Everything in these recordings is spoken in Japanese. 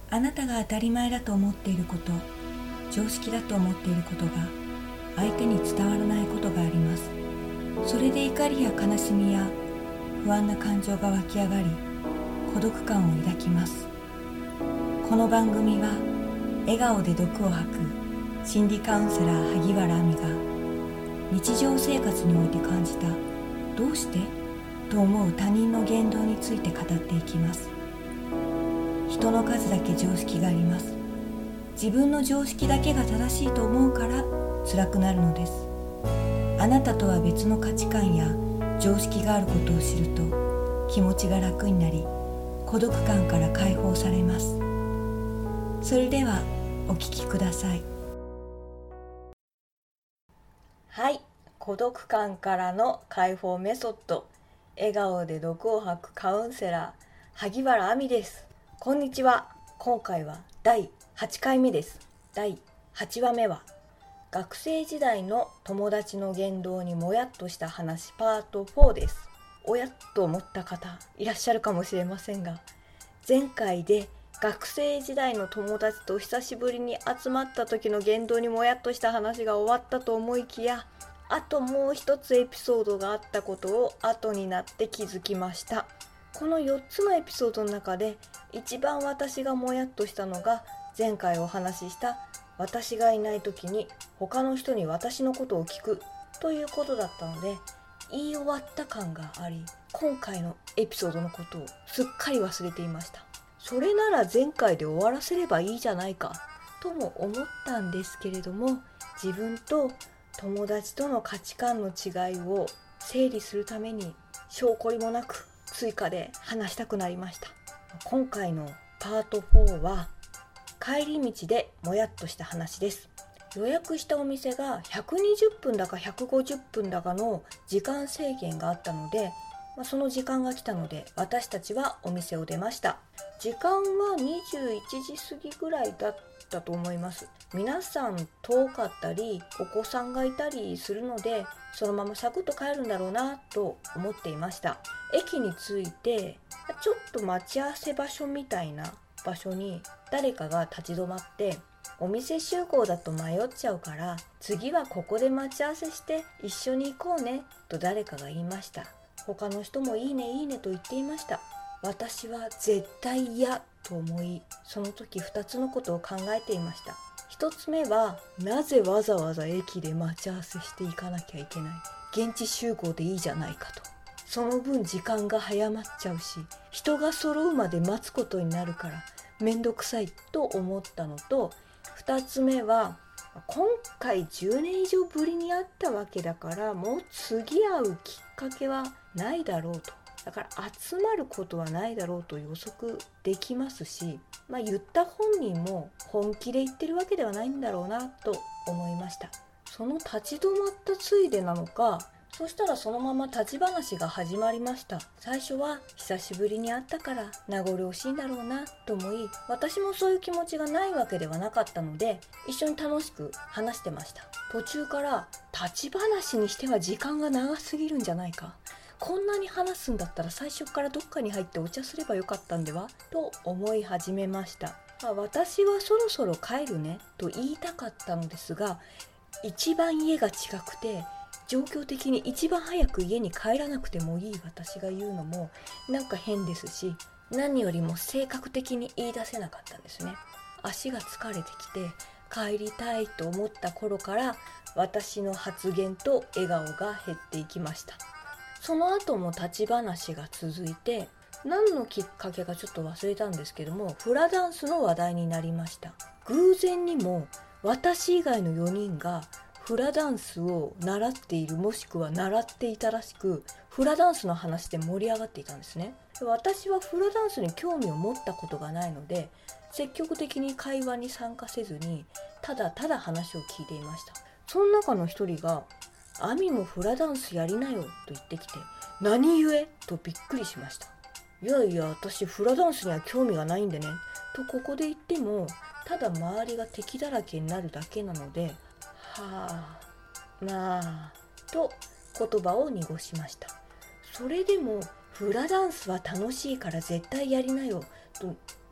あなたが当たり前だと思っていること、常識だと思っていることが相手に伝わらないことがあります。それで怒りや悲しみや不安な感情が湧き上がり、孤独感を抱きます。この番組は笑顔で毒を吐く心理カウンセラー萩原亜美が日常生活において感じたどうしてと思う他人の言動について語っていきます。人の数だけ常識があります。自分の常識だけが正しいと思うから辛くなるのです。あなたとは別の価値観や常識があることを知ると気持ちが楽になり、孤独感から解放されます。それではお聞きください。 はい、孤独感からの解放メソッド、笑顔で毒を吐くカウンセラー萩原亜美です。こんにちは。今回は第8回目です。第8話目は学生時代の友達の言動にもやっとした話パート4です。おやっと思った方いらっしゃるかもしれませんが、前回で学生時代の友達と久しぶりに集まった時の言動にもやっとした話が終わったと思いきや、あともう一つエピソードがあったことを後になって気づきました。この4つのエピソードの中で一番私がもやっとしたのが、前回お話しした私がいない時に他の人に私のことを聞くということだったので、言い終わった感があり、今回のエピソードのことをすっかり忘れていました。それなら前回で終わらせればいいじゃないかとも思ったんですけれども、自分と友達との価値観の違いを整理するために証拠りもなく追加で話したくなりました。今回のパート4は帰り道でもやっとした話です。予約したお店が120分だか150分だかの時間制限があったので、その時間が来たので私たちはお店を出ました。時間は21時過ぎぐらいだったと思います。皆さん遠かったりお子さんがいたりするので、そのままサクッと帰るんだろうなと思っていました。駅に着いてちょっと待ち合わせ場所みたいな場所に誰かが立ち止まって、お店集合だと迷っちゃうから次はここで待ち合わせして一緒に行こうねと誰かが言いました。他の人もいいねいいねと言っていました。私は絶対嫌と思い、その時2つのことを考えていました。1つ目は、なぜわざわざ駅で待ち合わせしていかなきゃいけない、現地集合でいいじゃないかと。その分時間が早まっちゃうし、人が揃うまで待つことになるからめんどくさいと思ったのと、2つ目は今回10年以上ぶりに会ったわけだから、もう次会うきっかけはないだろうと。だから集まることはないだろうと予測できますし、言った本人も本気で言ってるわけではないんだろうなと思いました。その立ち止まったついでなのか、そしたらそのまま立ち話が始まりました。最初は久しぶりに会ったから名残惜しいんだろうなと思い、私もそういう気持ちがないわけではなかったので一緒に楽しく話してました。途中から立ち話にしては時間が長すぎるんじゃないか、こんなに話すんだったら最初からどっかに入ってお茶すればよかったんではと思い始めました。私はそろそろ帰るねと言いたかったのですが、一番家が近くて状況的に一番早く家に帰らなくてもいい私が言うのもなんか変ですし、何よりも性格的に言い出せなかったんですね。足が疲れてきて帰りたいと思った頃から私の発言と笑顔が減っていきました。その後も立ち話が続いて、何のきっかけかちょっと忘れたんですけども、フラダンスの話題になりました。偶然にも私以外の4人がフラダンスを習っている、もしくは習っていたらしく、フラダンスの話で盛り上がっていたんですね。私はフラダンスに興味を持ったことがないので、積極的に会話に参加せずにただただ話を聞いていました。その中の一人が、アミもフラダンスやりなよと言ってきて、何故とびっくりしました。いやいや、私フラダンスには興味がないんでねとここで言っても、ただ周りが敵だらけになるだけなので、と言葉を濁しました。それでもフラダンスは楽しいから絶対やりなよと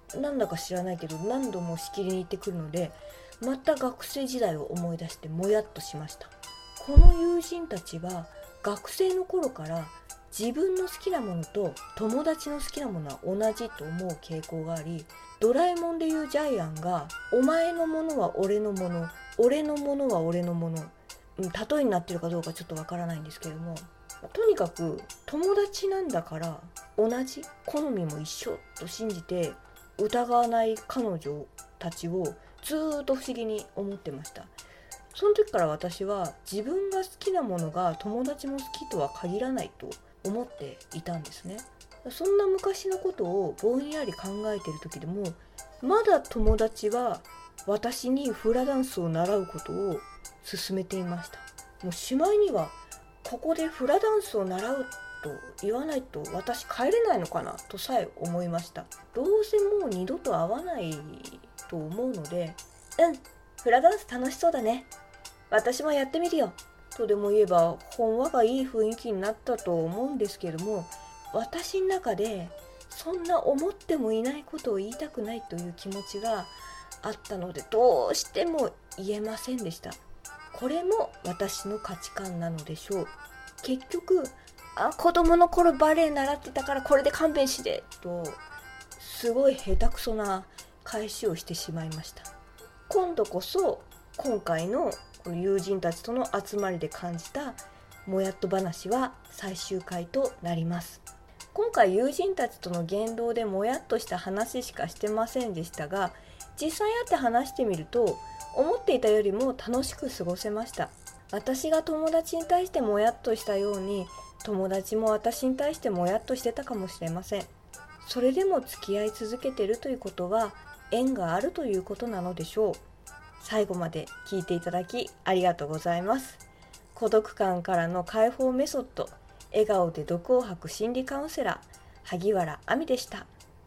なんだか知らないけど何度もしきりに行ってくるので、また学生時代を思い出してもやっとしました。この友人たちは学生の頃から自分の好きなものと友達の好きなものは同じと思う傾向があり、ドラえもんでいうジャイアンがお前のものは俺のもの、俺のものは俺のもの、例えになってるかどうかちょっとわからないんですけども、とにかく友達なんだから同じ好みも一緒と信じて疑わない彼女たちをずっと不思議に思ってました。その時から私は自分が好きなものが友達も好きとは限らないと思っていたんですね。そんな昔のことをぼんやり考えている時でも、まだ友達は私にフラダンスを習うことを勧めていました。もうしまいにはここでフラダンスを習うと言わないと私帰れないのかなとさえ思いました。どうせもう二度と会わないと思うので、フラダンス楽しそうだね、私もやってみるよとでも言えばほんわがいい雰囲気になったと思うんですけども、私の中でそんな思ってもいないことを言いたくないという気持ちがあったので、どうしても言えませんでした。これも私の価値観なのでしょう。結局子供の頃バレエ習ってたからこれで勘弁しでとすごい下手くそな返しをしてしまいました。今度こそ今回のこの友人たちとの集まりで感じたもやっと話は最終回となります。今回友人たちとの言動でもやっとした話しかしてませんでしたが、実際会って話してみると思っていたよりも楽しく過ごせました。私が友達に対してもやっとしたように友達も私に対してもやっとしてたかもしれません。それでも付き合い続けているということは縁があるということなのでしょう。最後まで聞いていただきありがとうございます。孤独感からの解放メソッド、笑顔で毒を吐く心理カウンセラー、萩原亜美でした。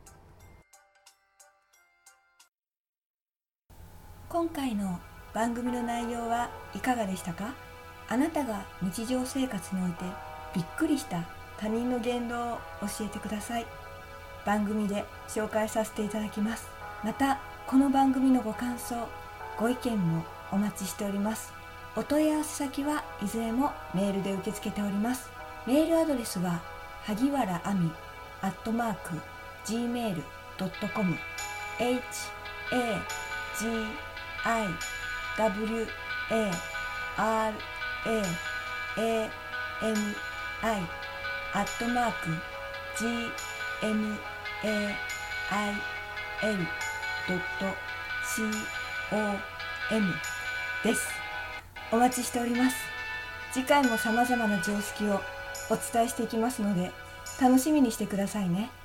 今回の番組の内容はいかがでしたか？あなたが日常生活においてびっくりした他人の言動を教えてください。番組で紹介させていただきます。またこの番組のご感想、ご意見もお待ちしております。お問い合わせ先はいずれもメールで受け付けております。メールアドレスは萩原亜美@gmail.com HAGIWARAMI@gmail.com です。お待ちしております。次回も様々な常識をお伝えしていきますので楽しみにしてくださいね。